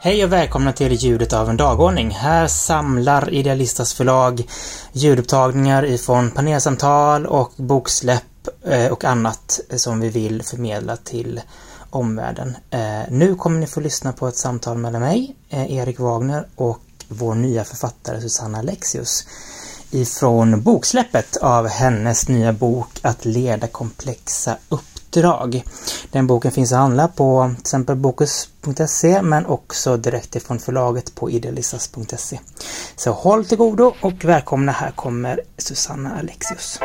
Hej och välkomna till Ljudet av en dagordning. Här samlar Idealistas förlag ljudupptagningar ifrån panelsamtal och boksläpp och annat som vi vill förmedla till omvärlden. Nu kommer ni få lyssna på ett samtal mellan mig, Erik Wagner, och vår nya författare Susanna Alexius ifrån boksläppet av hennes nya bok Att leda komplexa uppdrag. Den boken finns att handla på till exempel bokus.se men också direkt ifrån förlaget på idealistas.se. Så håll till godo och välkomna, här kommer Susanna Alexius.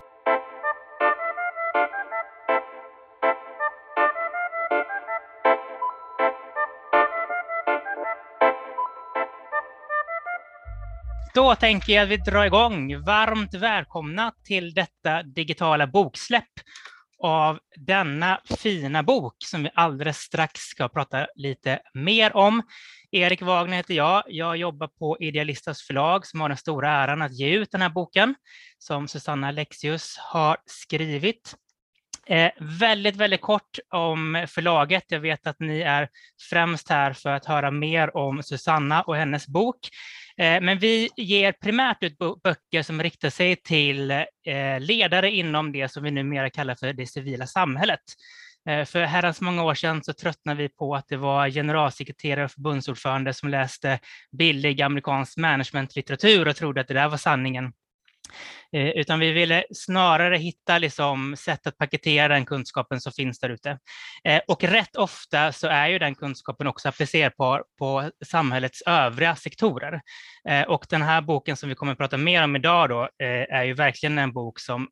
Då tänker jag att vi drar igång. Varmt välkomna till detta digitala boksläpp av denna fina bok som vi alldeles strax ska prata lite mer om. Erik Wagner heter jag. Jag jobbar på Idealistas förlag som har den stora äran att ge ut den här boken som Susanna Alexius har skrivit. Väldigt kort om förlaget. Jag vet att ni är främst här för att höra mer om Susanna och hennes bok. Men vi ger primärt ut böcker som riktar sig till ledare inom det som vi numera kallar för det civila samhället. För herrans många år sedan så tröttnade vi på att det var generalsekreterare och förbundsordförande som läste billig amerikansk managementlitteratur och trodde att det där var sanningen. Utan vi ville snarare hitta sätt att paketera den kunskapen som finns där ute. Och rätt ofta så är ju den kunskapen också applicerbar på samhällets övriga sektorer. Och den här boken som vi kommer att prata mer om idag då, är ju verkligen en bok som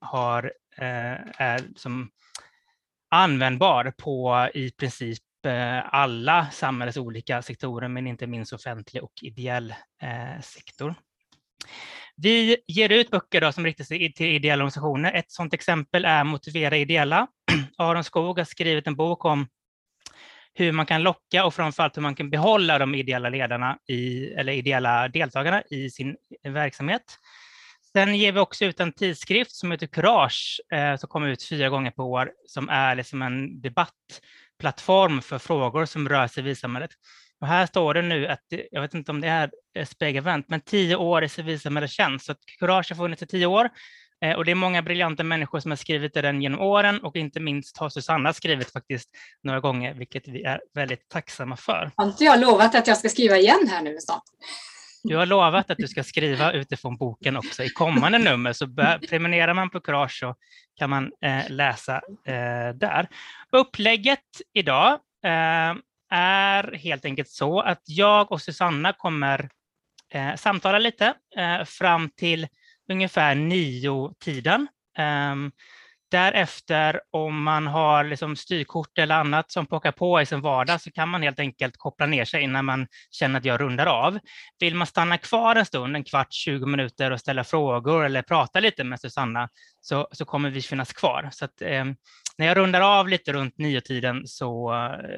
är som användbar på i princip alla samhällets olika sektorer, men inte minst offentlig och ideell sektor. Vi ger ut böcker då som riktar sig till ideella organisationer. Ett sådant exempel är Motivera ideella. Aron Skog har skrivit en bok om hur man kan locka och framförallt hur man kan behålla de ideella ledarna eller ideella deltagarna i sin verksamhet. Sen ger vi också ut en tidskrift som heter Courage som kommer ut 4 gånger per år, som är en debattplattform för frågor som rör civilsamhället. Och här står det nu att, jag vet inte om det är spegelvänt, men 10 år i civilsamhällestjänst. Så att Courage har funnits i 10 år. Och det är många briljanta människor som har skrivit den genom åren. Och inte minst har Susanna skrivit faktiskt några gånger, vilket vi är väldigt tacksamma för. Har inte jag lovat att jag ska skriva igen här nu snart? Du har lovat att du ska skriva utifrån boken också i kommande nummer. Så prenumererar man på Courage så kan man läsa där. Upplägget idag är helt enkelt så att jag och Susanna kommer samtala lite fram till ungefär 9-tiden. Därefter, om man har styrkort eller annat som plockar på i sin vardag, så kan man helt enkelt koppla ner sig innan man känner att jag rundar av. Vill man stanna kvar en stund, en kvart, 20 minuter och ställa frågor eller prata lite med Susanna, så kommer vi finnas kvar. Så att, när jag rundar av lite runt 9-tiden så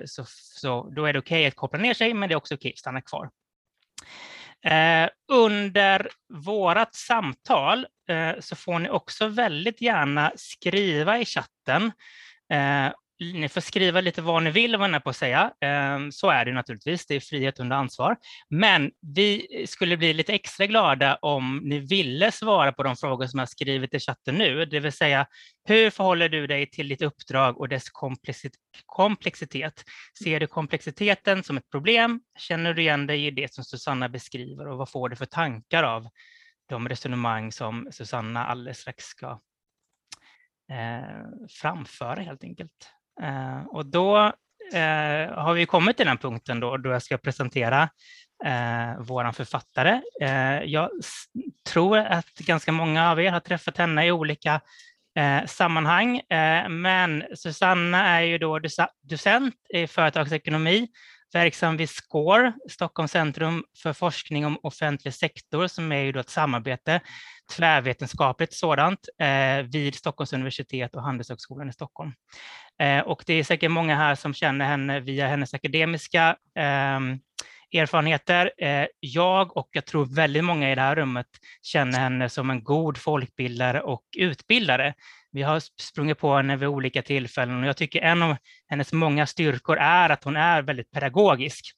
då är det okej att koppla ner sig, men det är också okej att stanna kvar. Under vårat samtal så får ni också väldigt gärna skriva i chatten. Ni får skriva lite vad ni vill, vad ni är på att säga. Så är det naturligtvis, det är frihet under ansvar. Men vi skulle bli lite extra glada om ni ville svara på de frågor som jag skrivit i chatten nu. Det vill säga, hur förhåller du dig till ditt uppdrag och dess komplexitet? Ser du komplexiteten som ett problem? Känner du igen dig i det som Susanna beskriver? Och vad får du för tankar av de resonemang som Susanna alldeles strax ska framföra helt enkelt? Och då har vi kommit till den punkten då jag ska presentera våran författare. Jag tror att ganska många av er har träffat henne i olika sammanhang, men Susanna är ju då docent i företagsekonomi, verksam vid SCORE, Stockholms centrum för forskning om offentlig sektor, som är ju då ett samarbete, tvärvetenskapligt sådant, vid Stockholms universitet och Handelshögskolan i Stockholm. Och det är säkert många här som känner henne via hennes akademiska erfarenheter. Jag tror väldigt många i det här rummet känner henne som en god folkbildare och utbildare. Vi har sprungit på henne vid olika tillfällen och jag tycker en av hennes många styrkor är att hon är väldigt pedagogisk.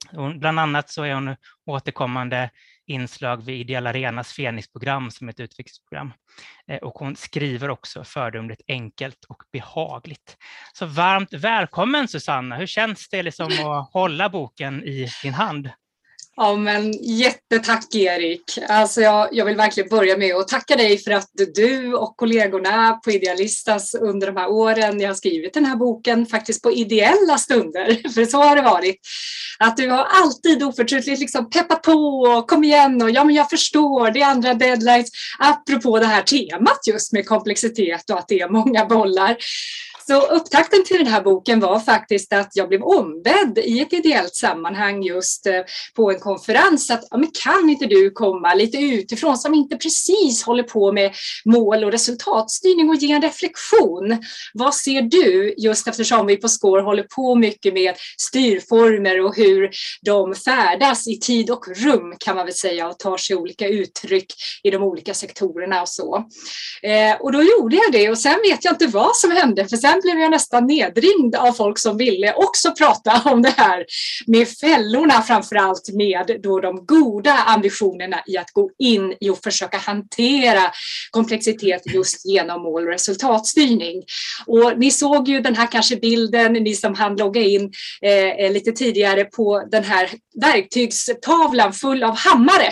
Bland annat så är hon återkommande inslag vid Ideell Arenas Fenixprogram som är ett utvecklingsprogram. Och hon skriver också föredömligt enkelt och behagligt. Så varmt välkommen Susanna, hur känns det liksom att hålla boken i din hand? Ja, men jättetack Erik. Alltså jag vill verkligen börja med att tacka dig för att du och kollegorna på Idealistas under de här åren jag har skrivit den här boken faktiskt på ideella stunder, för så har det varit. Att du har alltid oförtröttligt liksom peppat på och kom igen och ja men jag förstår, det är andra deadlines. Apropå det här temat just med komplexitet och att det är många bollar. Så upptakten till den här boken var faktiskt att jag blev ombedd i ett ideellt sammanhang just på en konferens att ja, men kan inte du komma lite utifrån som inte precis håller på med mål- och resultatstyrning och ge en reflektion. Vad ser du just eftersom vi på SCORE håller på mycket med styrformer och hur de färdas i tid och rum kan man väl säga och tar sig olika uttryck i de olika sektorerna och så. Och då gjorde jag det och sen vet jag inte vad som hände för sen blev jag nästan nedringd av folk som ville också prata om det här med fällorna framförallt med då de goda ambitionerna i att gå in i och försöka hantera komplexitet just genom mål- och resultatstyrning. Och ni såg ju den här kanske bilden, ni som hann logga in lite tidigare på den här verktygstavlan full av hammare.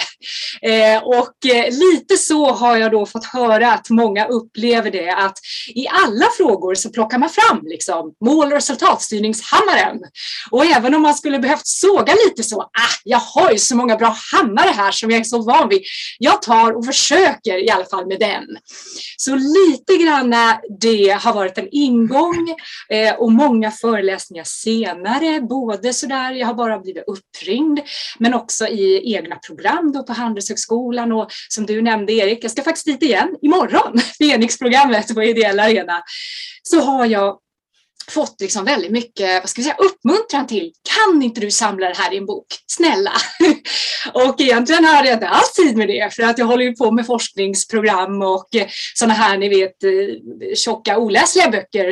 Och lite så har jag då fått höra att många upplever det att i alla frågor så plockar man fram liksom mål- och resultatstyrningshammaren. Och även om man skulle behövt såga lite så, jag har ju så många bra hammare här som jag är så van vid. Jag tar och försöker i alla fall med den. Så lite grann det har varit en ingång och många föreläsningar senare, både sådär, jag har bara blivit uppringd, men också i egna program då på Handelshögskolan och som du nämnde Erik, jag ska faktiskt dit igen imorgon, Fenixprogrammet på Ideell Arena. Så har jag fått liksom väldigt mycket, vad ska vi säga, uppmuntran till, kan inte du samla det här i en bok? Snälla! Och egentligen har jag inte alls tid med det, för att jag håller ju på med forskningsprogram och sådana här, ni vet, tjocka oläsliga böcker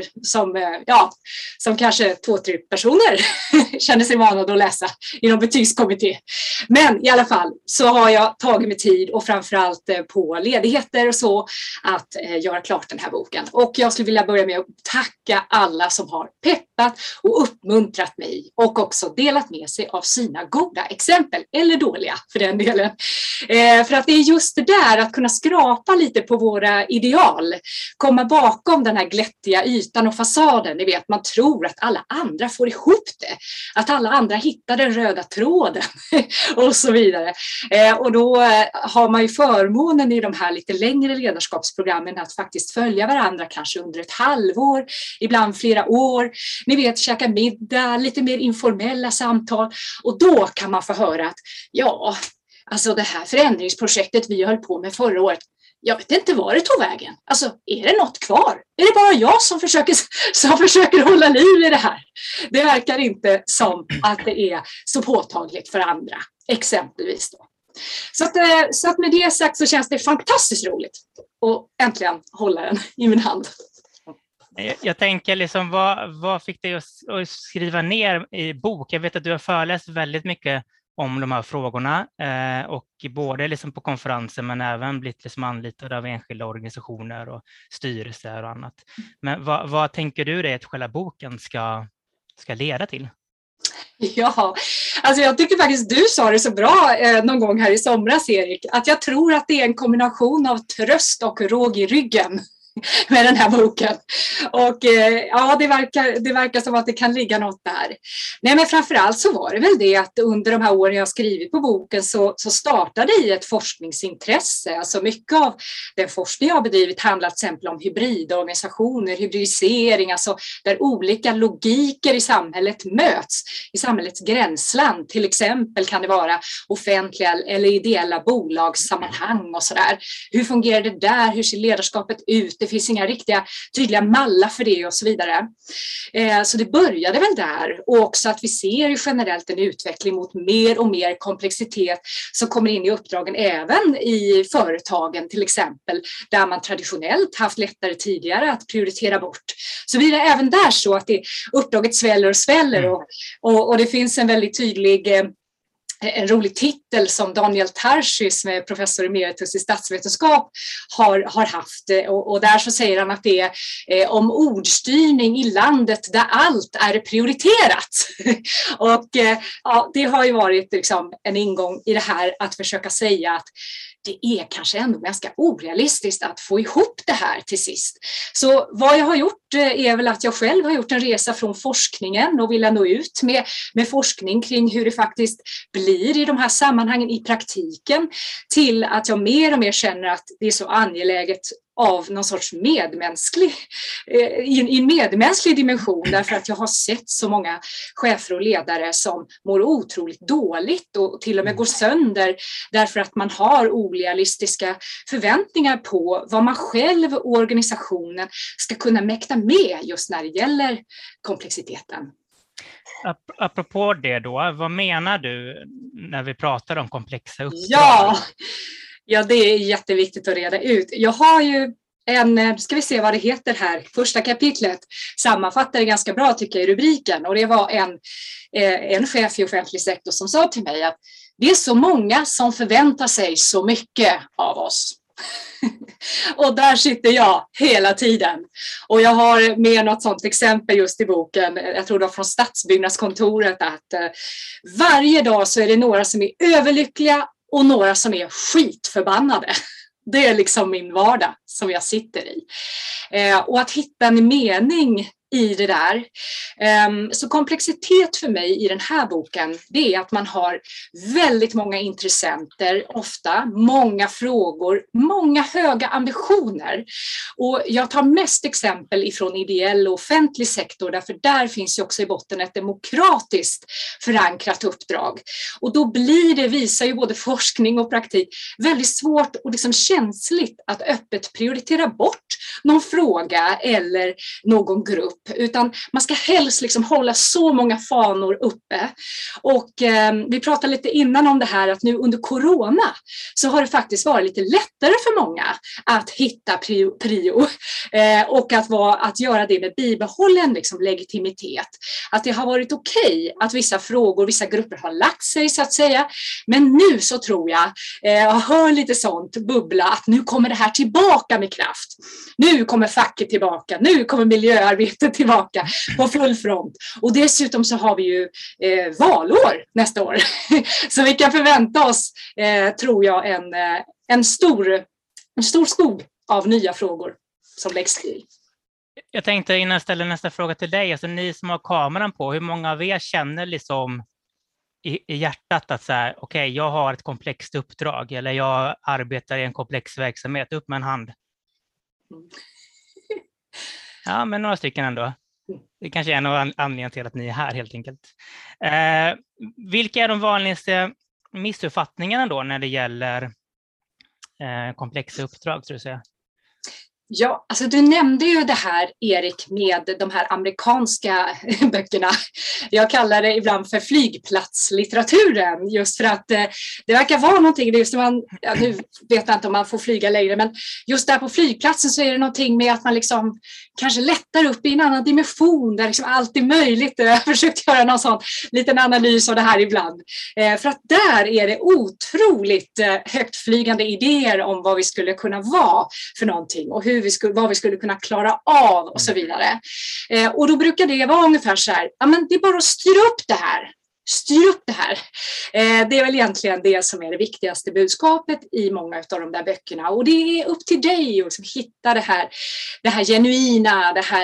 som kanske 2-3 personer känner sig vana att läsa i någon betygskommitté. Men i alla fall så har jag tagit mig tid och framförallt på ledigheter och så att göra klart den här boken. Och jag skulle vilja börja med att tacka alla som har peppat och uppmuntrat mig och också delat med sig av sina goda exempel, eller dåliga för den delen. För att det är just det där att kunna skrapa lite på våra ideal, komma bakom den här glättiga ytan och fasaden, ni vet, man tror att alla andra får ihop det, att alla andra hittar den röda tråden och så vidare. Och då har man ju förmånen i de här lite längre ledarskapsprogrammen att faktiskt följa varandra kanske under ett halvår, ibland flera år. Ni vet, käka middag, lite mer informella samtal och då kan man få höra att ja, alltså det här förändringsprojektet vi höll på med förra året, jag vet inte var det tog vägen. Alltså, är det något kvar? Är det bara jag som försöker hålla liv i det här? Det verkar inte som att det är så påtagligt för andra, exempelvis då. Så att med det sagt så känns det fantastiskt roligt att äntligen hålla den i min hand. Jag tänker liksom, vad fick dig att skriva ner i bok? Jag vet att du har föreläst väldigt mycket om de här frågorna och både liksom på konferenser men även blivit liksom anlitad av enskilda organisationer och styrelser och annat. Men vad tänker du dig att själva boken ska leda till? Ja, alltså jag tycker faktiskt du sa det så bra någon gång här i somras, Erik, att jag tror att det är en kombination av tröst och råg i ryggen med den här boken. Och ja, det verkar som att det kan ligga något där. Nej, men framförallt så var det väl det att under de här åren jag skrivit på boken så startade i ett forskningsintresse. Alltså mycket av den forskning jag har bedrivit handlar till exempel om hybridorganisationer, hybridisering, alltså där olika logiker i samhället möts, i samhällets gränsland. Till exempel kan det vara offentliga eller ideella bolagssammanhang och sådär. Hur fungerar det där? Hur ser ledarskapet ut? det finns inga riktiga tydliga mallar för det och så vidare. Så det började väl där, och också att vi ser generellt en utveckling mot mer och mer komplexitet som kommer in i uppdragen även i företagen till exempel, där man traditionellt haft lättare tidigare att prioritera bort. Så blir det även där så att uppdraget sväller och sväller, och det finns en väldigt tydlig en rolig titel som Daniel Tarschys, som är professor emeritus i statsvetenskap, har haft. Och där så säger han att det är om ordstyrning i landet där allt är prioriterat. Och ja, det har ju varit liksom en ingång i det här, att försöka säga att det är kanske ändå ganska orealistiskt att få ihop det här till sist. Så vad jag har gjort är väl att jag själv har gjort en resa från forskningen och vill nå ut med forskning kring hur det faktiskt blir i de här sammanhangen i praktiken, till att jag mer och mer känner att det är så angeläget av någon sorts medmänsklig dimension, därför att jag har sett så många chefer och ledare som mår otroligt dåligt och till och med går sönder därför att man har orealistiska förväntningar på vad man själv och organisationen ska kunna mäkta med just när det gäller komplexiteten. Apropå det då, vad menar du när vi pratar om komplexa uppdrag? Ja, det är jätteviktigt att reda ut. Jag har ju ska vi se vad det heter här, första kapitlet sammanfattar det ganska bra tycker jag i rubriken, och det var en chef i offentlig sektor som sa till mig att det är så många som förväntar sig så mycket av oss. Och där sitter jag hela tiden. Och jag har med något sånt exempel just i boken, jag tror det var från Stadsbyggnadskontoret, att varje dag så är det några som är överlyckliga och några som är skitförbannade. Det är liksom min vardag som jag sitter i. Och att hitta en mening i det där. Så komplexitet för mig i den här boken, det är att man har väldigt många intressenter, ofta många frågor, många höga ambitioner. Och jag tar mest exempel ifrån ideell och offentlig sektor, därför där finns ju också i botten ett demokratiskt förankrat uppdrag. Och då visar ju både forskning och praktik, väldigt svårt och liksom känsligt att öppet prioritera bort någon fråga eller någon grupp, utan man ska helst liksom hålla så många fanor uppe. Och vi pratade lite innan om det här att nu under corona så har det faktiskt varit lite lättare för många att hitta prio och att göra det med bibehållen liksom legitimitet. Att det har varit okej att vissa frågor, vissa grupper har lagt sig så att säga, men nu så tror jag hör lite sånt bubbla att nu kommer det här tillbaka med kraft. Nu kommer facket tillbaka, nu kommer miljöarbetet tillbaka på full front. Och dessutom så har vi ju valår nästa år. Så vi kan förvänta oss, tror jag, en stor skog av nya frågor som läggs till. Jag tänkte innan jag ställer nästa fråga till dig, alltså ni som har kameran på, hur många av er känner liksom i hjärtat att så här, okej, jag har ett komplext uppdrag eller jag arbetar i en komplex verksamhet, upp med en hand. Ja, men några stycken ändå. Det kanske är en av anledningarna till att ni är här helt enkelt. Vilka är de vanligaste missuppfattningarna då när det gäller komplexa uppdrag, tror du säga? Ja, alltså du nämnde ju det här, Erik, med de här amerikanska böckerna. Jag kallar det ibland för flygplatslitteraturen, just för att det verkar vara någonting, det är just när man, nu vet jag inte om man får flyga längre, men just där på flygplatsen så är det någonting med att man liksom kanske lättar upp i en annan dimension där liksom allt är möjligt. Jag har försökt göra någon sån liten analys av det här ibland. För att där är det otroligt högtflygande idéer om vad vi skulle kunna vara för någonting och vad vi skulle kunna klara av och så vidare. Och då brukar det vara ungefär så här, ja men det är bara att styra upp det här. Styr upp det här. Det är väl egentligen det som är det viktigaste budskapet i många av de där böckerna. Och det är upp till dig att liksom hitta det här genuina, det här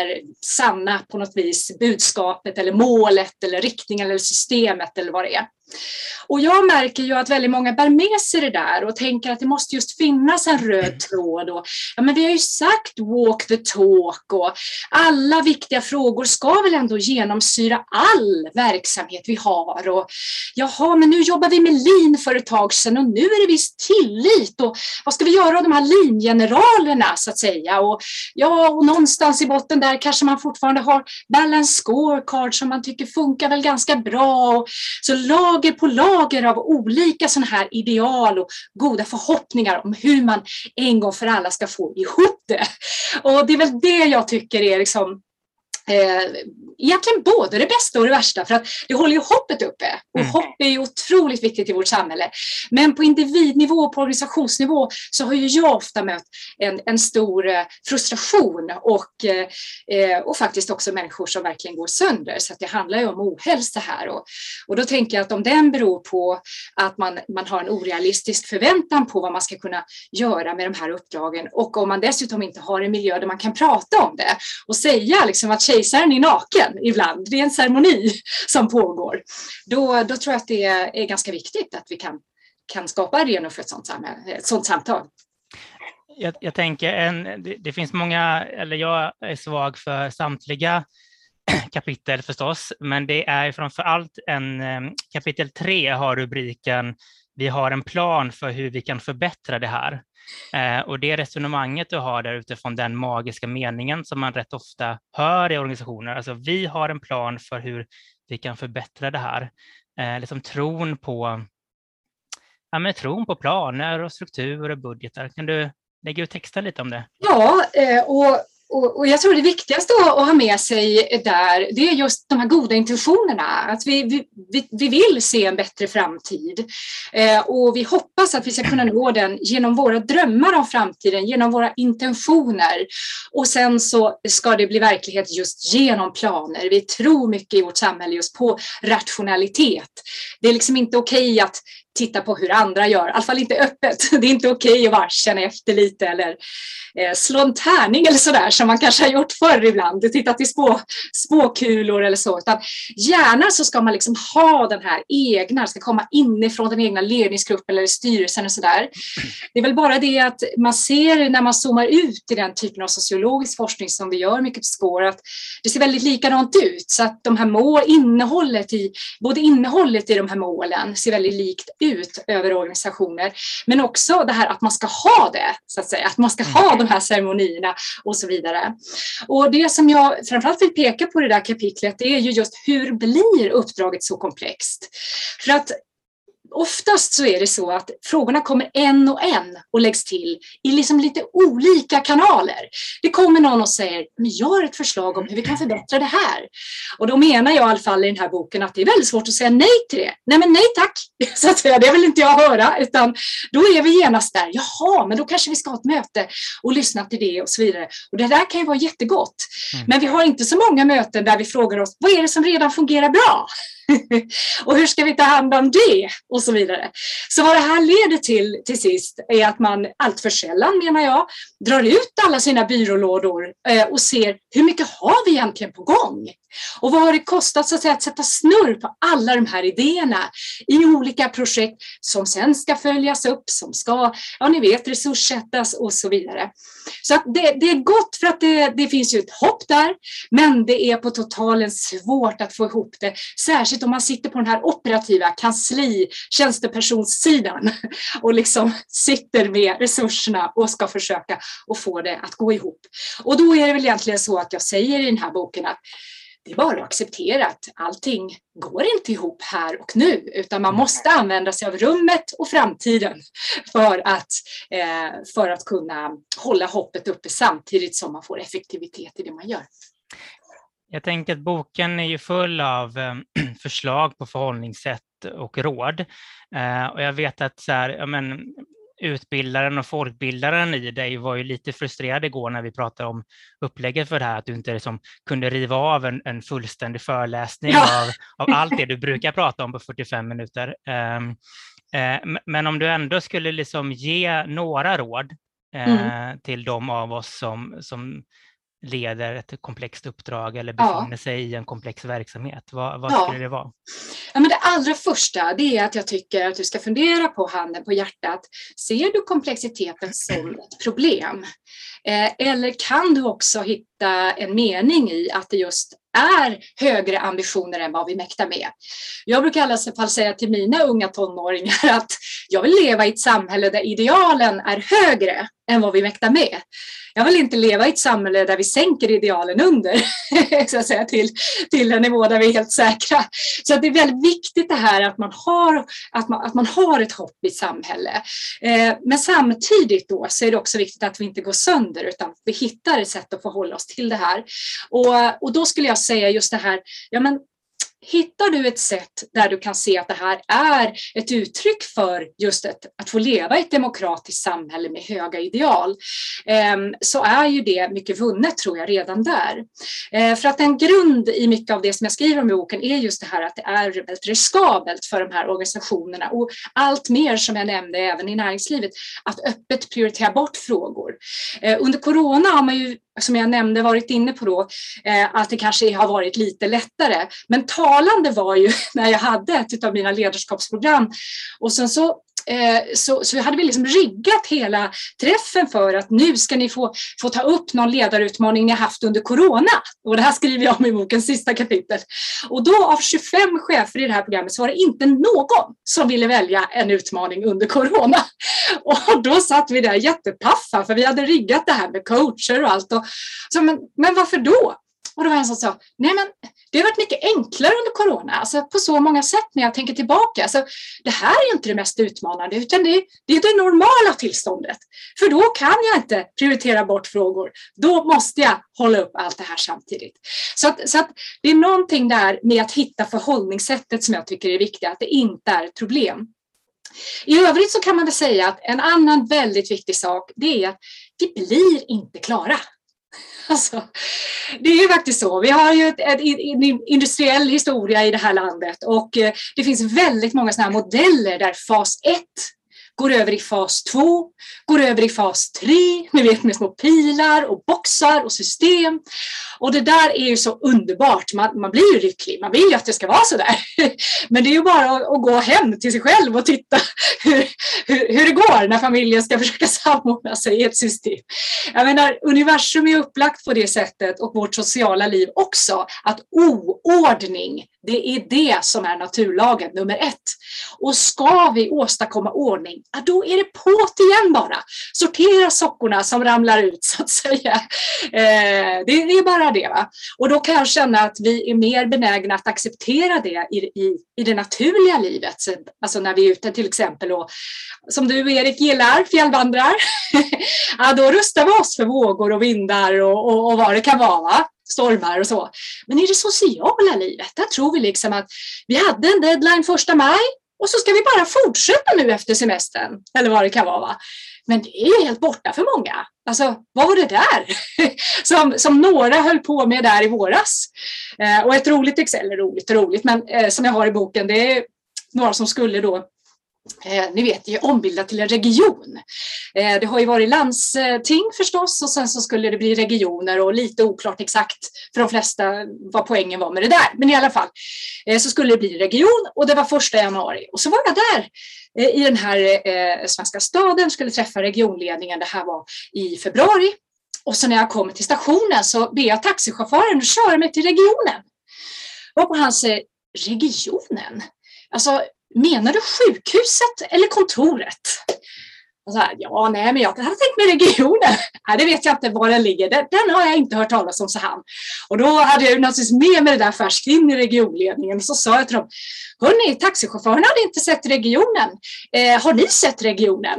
sanna på något vis budskapet eller målet eller riktningen eller systemet eller vad det är. Och jag märker ju att väldigt många bär med sig det där och tänker att det måste just finnas en röd tråd. Och, ja, men vi har ju sagt walk the talk och alla viktiga frågor ska väl ändå genomsyra all verksamhet vi har. Och jaha, men nu jobbar vi med lean för ett tag sedan och nu är det visst tillit. Och vad ska vi göra av de här lean-generalerna så att säga? Och ja, och någonstans i botten där kanske man fortfarande har balance scorecard som man tycker funkar väl ganska bra. Och så lager på lager av olika sådana här ideal och goda förhoppningar om hur man en gång för alla ska få ihop det. Och det är väl det jag tycker är liksom egentligen både det bästa och det värsta, för att det håller ju hoppet uppe och hopp är ju otroligt viktigt i vårt samhälle, men på individnivå och på organisationsnivå så har ju jag ofta mött en stor frustration och faktiskt också människor som verkligen går sönder, så att det handlar ju om ohälsa här och då tänker jag att om den beror på att man har en orealistisk förväntan på vad man ska kunna göra med de här uppdragen och om man dessutom inte har en miljö där man kan prata om det och säga liksom att kejsaren är naken ibland, det är en ceremoni som pågår. Då tror jag att det är ganska viktigt att vi kan skapa arenor för ett sånt samtal. Jag tänker, det finns många, eller jag är svag för samtliga kapitel förstås, men det är framför allt kapitel 3 har rubriken "Vi har en plan för hur vi kan förbättra det här". Och det resonemanget du har där utifrån den magiska meningen som man rätt ofta hör i organisationer, alltså vi har en plan för hur vi kan förbättra det här. Liksom tron på planer och strukturer och budgetar. Kan du lägga ut texten lite om det? Ja, och jag tror det viktigaste att ha med sig där, det är just de här goda intentionerna. Att vi vill se en bättre framtid. Och vi hoppas att vi ska kunna nå den genom våra drömmar om framtiden, genom våra intentioner. Och sen så ska det bli verklighet just genom planer. Vi tror mycket i vårt samhälle just på rationalitet. Det är liksom inte okej att titta på hur andra gör, i alla fall inte öppet. Det är inte okej att bara känna efter lite eller slå en tärning eller sådär som man kanske har gjort förr ibland. Titta till spåkulor eller så. Utan gärna så ska man liksom ha den här egna, ska komma inifrån den egna ledningsgruppen eller styrelsen och sådär. Det är väl bara det att man ser när man zoomar ut i den typen av sociologisk forskning som vi gör mycket på SCORE att det ser väldigt likadant ut. Så att de här innehållet i de här målen ser väldigt likt ut över organisationer, men också det här att man ska ha det, så att säga, att man ska ha de här ceremonierna och så vidare. Och det som jag framförallt vill peka på i det där kapitlet, det är ju just hur blir uppdraget så komplext? För att oftast så är det så att frågorna kommer en och läggs till i liksom lite olika kanaler. Det kommer någon och säger, men jag har ett förslag om hur vi kan förbättra det här. Och då menar jag i alla fall i den här boken att det är väldigt svårt att säga nej till det. Nej men nej tack, så att säga, det vill inte jag höra, utan då är vi genast där. Jaha, men då kanske vi ska ha ett möte och lyssna till det och så vidare. Och det där kan ju vara jättegott. Men vi har inte så många möten där vi frågar oss, vad är det som redan fungerar bra? Och hur ska vi ta hand om det? Och så vidare. Så vad det här leder till sist är att man allt för sällan, menar jag, drar ut alla sina byrålådor och ser hur mycket har vi egentligen på gång? Och vad har det kostat så att säga, att sätta snurr på alla de här idéerna i olika projekt som sen ska följas upp, som ska, ja ni vet, resurssättas och så vidare. Så att det är gott för att det finns ju ett hopp där, men det är på totalen svårt att få ihop det, särskilt om man sitter på den här operativa tjänstepersonssidan och liksom sitter med resurserna och ska försöka att få det att gå ihop. Och då är det väl egentligen så att jag säger i den här boken att det är bara att acceptera att allting går inte ihop här och nu, utan man måste använda sig av rummet och framtiden för att kunna hålla hoppet uppe samtidigt som man får effektivitet i det man gör. Jag tänker att boken är ju full av förslag på förhållningssätt och råd. Och jag vet att utbildaren och folkbildaren i dig var ju lite frustrerad igår när vi pratade om upplägget för det här, att du inte liksom kunde riva av en fullständig föreläsning av allt det du brukar prata om på 45 minuter. Men om du ändå skulle liksom ge några råd till de av oss som leder ett komplext uppdrag eller befinner sig i en komplex verksamhet? Vad skulle det vara? Ja, men det allra första det är att jag tycker att du ska fundera på, handen på hjärtat. Ser du komplexiteten som ett problem? Eller kan du också hitta en mening i att det just är högre ambitioner än vad vi mäktar med? Jag brukar i alla fall säga till mina unga tonåringar att jag vill leva i ett samhälle där idealen är högre än vad vi mäktar med. Jag vill inte leva i ett samhälle där vi sänker idealen under så att säga, till en nivå där vi är helt säkra. Så att det är väldigt viktigt det här att man har ett hopp i ett samhälle. Men samtidigt då så är det också viktigt att vi inte går sönder utan vi hittar ett sätt att förhålla oss till det här. Och då skulle jag säga just det här, ja men hittar du ett sätt där du kan se att det här är ett uttryck för just att få leva i ett demokratiskt samhälle med höga ideal, så är ju det mycket vunnet tror jag redan där. För att en grund i mycket av det som jag skriver om i boken är just det här att det är väldigt riskabelt för de här organisationerna och allt mer som jag nämnde även i näringslivet att öppet prioritera bort frågor. Under corona har man ju som jag nämnde varit inne på då, att det kanske har varit lite lättare. Men talande var ju när jag hade ett av mina ledarskapsprogram och sen så hade vi liksom riggat hela träffen för att nu ska ni få ta upp någon ledarutmaning ni har haft under corona. Och det här skriver jag om i bokens sista kapitel. Och då av 25 chefer i det här programmet så var det inte någon som ville välja en utmaning under corona. Och då satt vi där jättepaffa för vi hade riggat det här med coacher och allt. Och så, men varför då? Och då var en som sa, nej men det har varit mycket enklare under corona, alltså på så många sätt när jag tänker tillbaka. Alltså, det här är inte det mest utmanande utan det är det normala tillståndet. För då kan jag inte prioritera bort frågor, då måste jag hålla upp allt det här samtidigt. Så att det är någonting där med att hitta förhållningssättet som jag tycker är viktigt, att det inte är ett problem. I övrigt så kan man väl säga att en annan väldigt viktig sak det är att vi blir inte klara. Alltså, det är ju faktiskt så. Vi har ju en industriell historia i det här landet och det finns väldigt många sådana här modeller där fas 1 går över i fas 2, går över i fas 3, ni vet med små pilar och boxar och system. Och det där är ju så underbart, man blir ju lycklig, man vill ju att det ska vara så där. Men det är ju bara att gå hem till sig själv och titta hur det går när familjen ska försöka samordna sig i ett system. Jag menar, universum är upplagt på det sättet och vårt sociala liv också, att oordning, det är det som är naturlagen nummer 1. Och ska vi åstadkomma ordning, då är det på igen bara. Sortera sockorna som ramlar ut så att säga. Det är bara det va. Och då kan jag känna att vi är mer benägna att acceptera det i det naturliga livet. Alltså när vi är ute till exempel och som du Erik gillar, fjällvandrar. Ja, då rustar vi oss för vågor och vindar och vad det kan vara va. Stormar och så. Men i det sociala livet, där tror vi liksom att vi hade en deadline 1 maj och så ska vi bara fortsätta nu efter semestern. Eller vad det kan vara va. Men det är ju helt borta för många. Alltså, vad var det där? som några höll på med där i våras. Och ett roligt exempel, roligt, men som jag har i boken, det är några som skulle då ni vet ju ombilda till en region. Det har ju varit landsting förstås och sen så skulle det bli regioner och lite oklart exakt för de flesta vad poängen var med det där. Men i alla fall så skulle det bli en region och det var 1 januari och så var jag där i den här svenska staden, skulle träffa regionledningen, det här var i februari och så när jag kommer till stationen så ber jag taxichauffören att köra mig till regionen. Och han säger, regionen? Alltså menar du sjukhuset eller kontoret? Och så här, ja, nej, men jag hade tänkt med regionen. Nej, det vet jag inte var den ligger. Den har jag inte hört talas om, så han. Och då hade jag naturligtvis med mig det där färskt in i regionledningen. Och så sa jag till dem, hörni, taxichauffören hade inte sett regionen. Har ni sett regionen?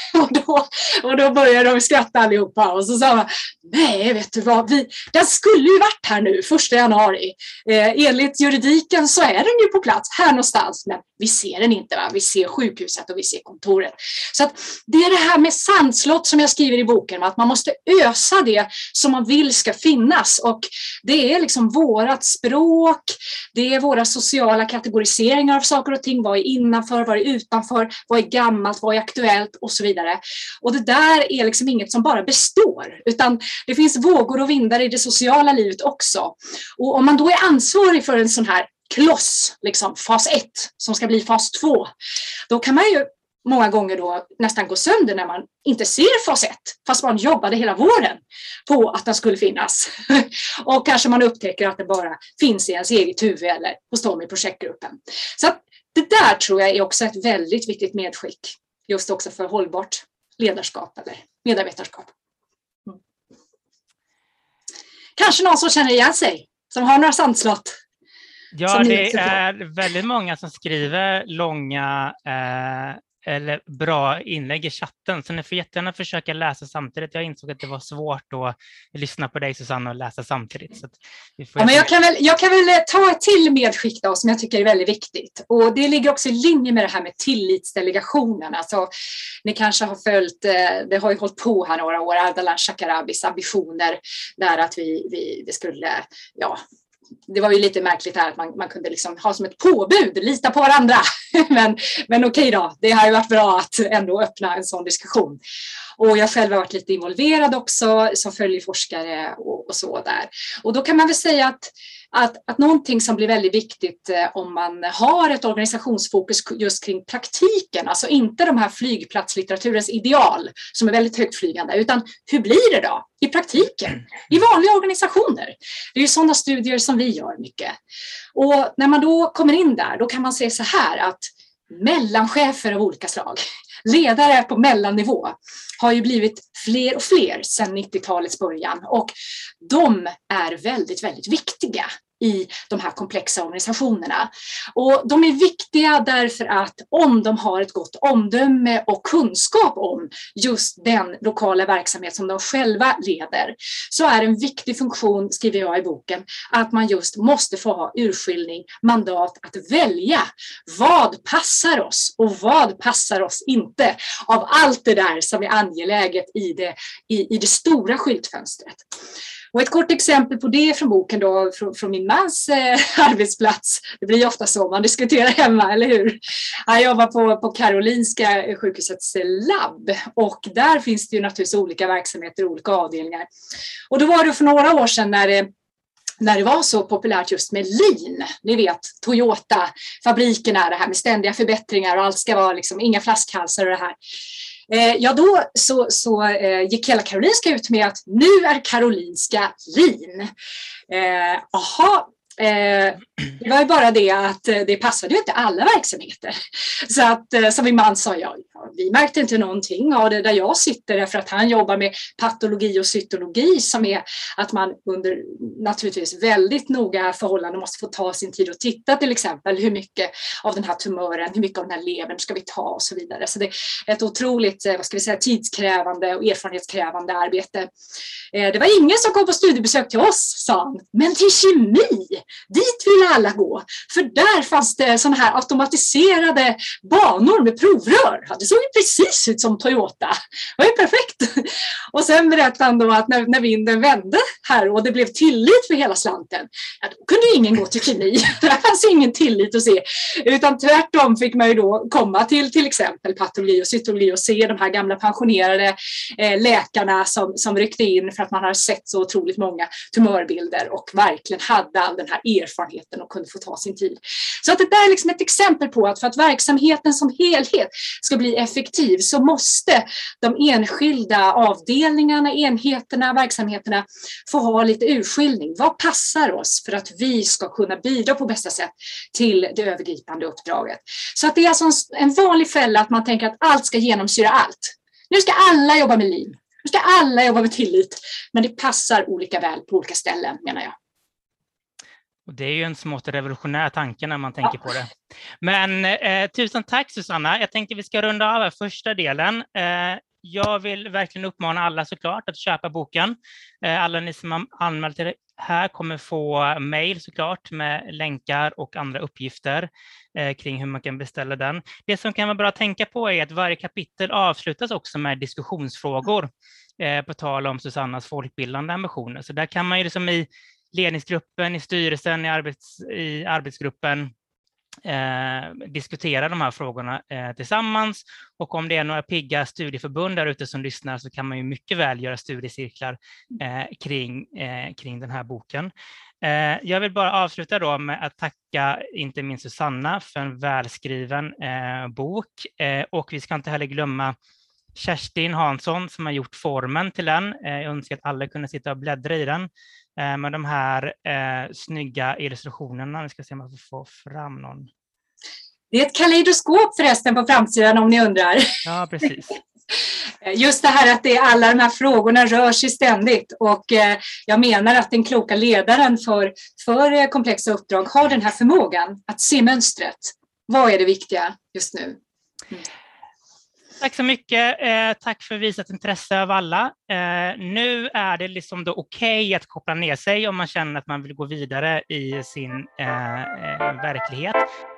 och då började de skratta allihopa. Och så sa man, nej, vet du vad, den skulle ju varit här nu 1 januari. Enligt juridiken så är den ju på plats här någonstans. Men vi ser den inte, va? Vi ser sjukhuset och vi ser kontoret. Så att det är det här med sandslott som jag skriver i boken, att man måste ösa det som man vill ska finnas, och det är liksom vårat språk, det är våra sociala kategoriseringar av saker och ting, vad är innanför, vad är utanför, vad är gammalt, vad är aktuellt och så vidare. Och det där är liksom inget som bara består, utan det finns vågor och vindar i det sociala livet också. Och om man då är ansvarig för en sån här kloss, liksom fas 1 som ska bli fas 2, då kan man ju många gånger då nästan gå sönder när man inte ser fas 1, fast man jobbade hela våren på att den skulle finnas. Och kanske man upptäcker att det bara finns i ens eget huvud eller hos dem i projektgruppen. Så att det där tror jag är också ett väldigt viktigt medskick, just också för hållbart ledarskap eller medarbetarskap. Kanske någon som känner igen sig, som har några sandslott. Ja, det är väldigt många som skriver långa eller bra inlägg i chatten, så ni får jättegärna försöka läsa samtidigt. Jag insåg att det var svårt att lyssna på dig, Susanna, och läsa samtidigt. Så vi får men jag kan väl ta ett till medskick då, som jag tycker är väldigt viktigt. Och det ligger också i linje med det här med tillitsdelegationen. Alltså, ni kanske har följt, det har ju hållit på här några år, Ardalan Shakarabis ambitioner där att vi skulle, ja, det var ju lite märkligt här att man kunde liksom ha som ett påbud, lita på varandra. men okej då, det har ju varit bra att ändå öppna en sån diskussion. Och jag själv har varit lite involverad också som följeforskare och så där. Och då kan man väl säga att någonting som blir väldigt viktigt om man har ett organisationsfokus just kring praktiken, alltså inte de här flygplatslitteraturens ideal som är väldigt högtflygande, utan hur blir det då i praktiken, i vanliga organisationer? Det är ju sådana studier som vi gör mycket. Och när man då kommer in där, då kan man säga så här att mellanchefer av olika slag, ledare på mellannivå, har ju blivit fler och fler sedan 90-talets början, och de är väldigt, väldigt viktiga i de här komplexa organisationerna. Och de är viktiga därför att om de har ett gott omdöme och kunskap om just den lokala verksamhet som de själva leder, så är en viktig funktion, skriver jag i boken, att man just måste få ha urskiljning, mandat att välja vad passar oss och vad passar oss inte av allt det där som är angeläget i det stora skyltfönstret. Och ett kort exempel på det från boken då, från min mans arbetsplats. Det blir ofta så man diskuterar hemma, eller hur? Jag jobbar på Karolinska sjukhusets labb, och där finns det ju naturligtvis olika verksamheter och olika avdelningar. Och då var det för några år sedan när det var så populärt just med lean. Ni vet, Toyota-fabrikerna, det här med ständiga förbättringar och allt ska vara liksom inga flaskhalsar och det här. Ja, då så gick hela Karolinska ut med att nu är Karolinska lean. Det var ju bara det att det passade ju inte alla verksamheter. Så att som min man sa, vi märkte inte någonting av det där jag sitter, för att han jobbar med patologi och cytologi, som är att man under naturligtvis väldigt noga förhållanden måste få ta sin tid och titta till exempel hur mycket av den här tumören, hur mycket av den här levern ska vi ta och så vidare. Så det är ett otroligt, tidskrävande och erfarenhetskrävande arbete. Det var ingen som kom på studiebesök till oss, sa han, men till kemi, dit ville alla gå. För där fanns det sådana här automatiserade banor med provrör. Det såg ju precis ut som Toyota. Det var ju perfekt. Och sen berättade han då att när vinden vände här och det blev tillit för hela slanten, då kunde ingen gå till kemi. Det fanns ingen tillit att se. Utan tvärtom fick man ju då komma till exempel patologi och cytologi och se de här gamla pensionerade läkarna som ryckte in för att man har sett så otroligt många tumörbilder och verkligen hade all den här erfarenheten och kunde få ta sin tid. Så att det där är liksom ett exempel på att för att verksamheten som helhet ska bli effektiv så måste de enskilda avdelningarna, enheterna, verksamheterna få ha lite urskiljning. Vad passar oss för att vi ska kunna bidra på bästa sätt till det övergripande uppdraget? Så att det är alltså en vanlig fälla att man tänker att allt ska genomsyra allt. Nu ska alla jobba med lean. Nu ska alla jobba med tillit. Men det passar olika väl på olika ställen, menar jag. Och det är ju en smått revolutionär tanke när man tänker på det. Men tusen tack, Susanna. Jag tänkte vi ska runda av första delen. jag vill verkligen uppmana alla såklart att köpa boken. Alla ni som har anmält er här kommer få mejl såklart med länkar och andra uppgifter kring hur man kan beställa den. Det som kan vara bra att tänka på är att varje kapitel avslutas också med diskussionsfrågor på tal om Susannas folkbildande ambitioner. Så där kan man ju liksom i ledningsgruppen, i styrelsen, i arbetsgruppen diskutera de här frågorna tillsammans, och om det är några pigga studieförbund där ute som lyssnar så kan man ju mycket väl göra studiecirklar kring den här boken. Jag vill bara avsluta då med att tacka inte minst Susanna för en välskriven bok, och vi ska inte heller glömma Kerstin Hansson som har gjort formen till den. Jag önskar att alla kunde sitta och bläddra i den med de här snygga illustrationerna. Vi ska se om jag får fram någon. Det är ett kaleidoskop förresten på framsidan om ni undrar. Ja, precis. Just det här att alla de här frågorna rör sig ständigt, och jag menar att den kloka ledaren för komplexa uppdrag har den här förmågan att se mönstret. Vad är det viktiga just nu? Tack så mycket. Tack för visat intresse av alla. Nu är det liksom då okej att koppla ner sig om man känner att man vill gå vidare i sin verklighet.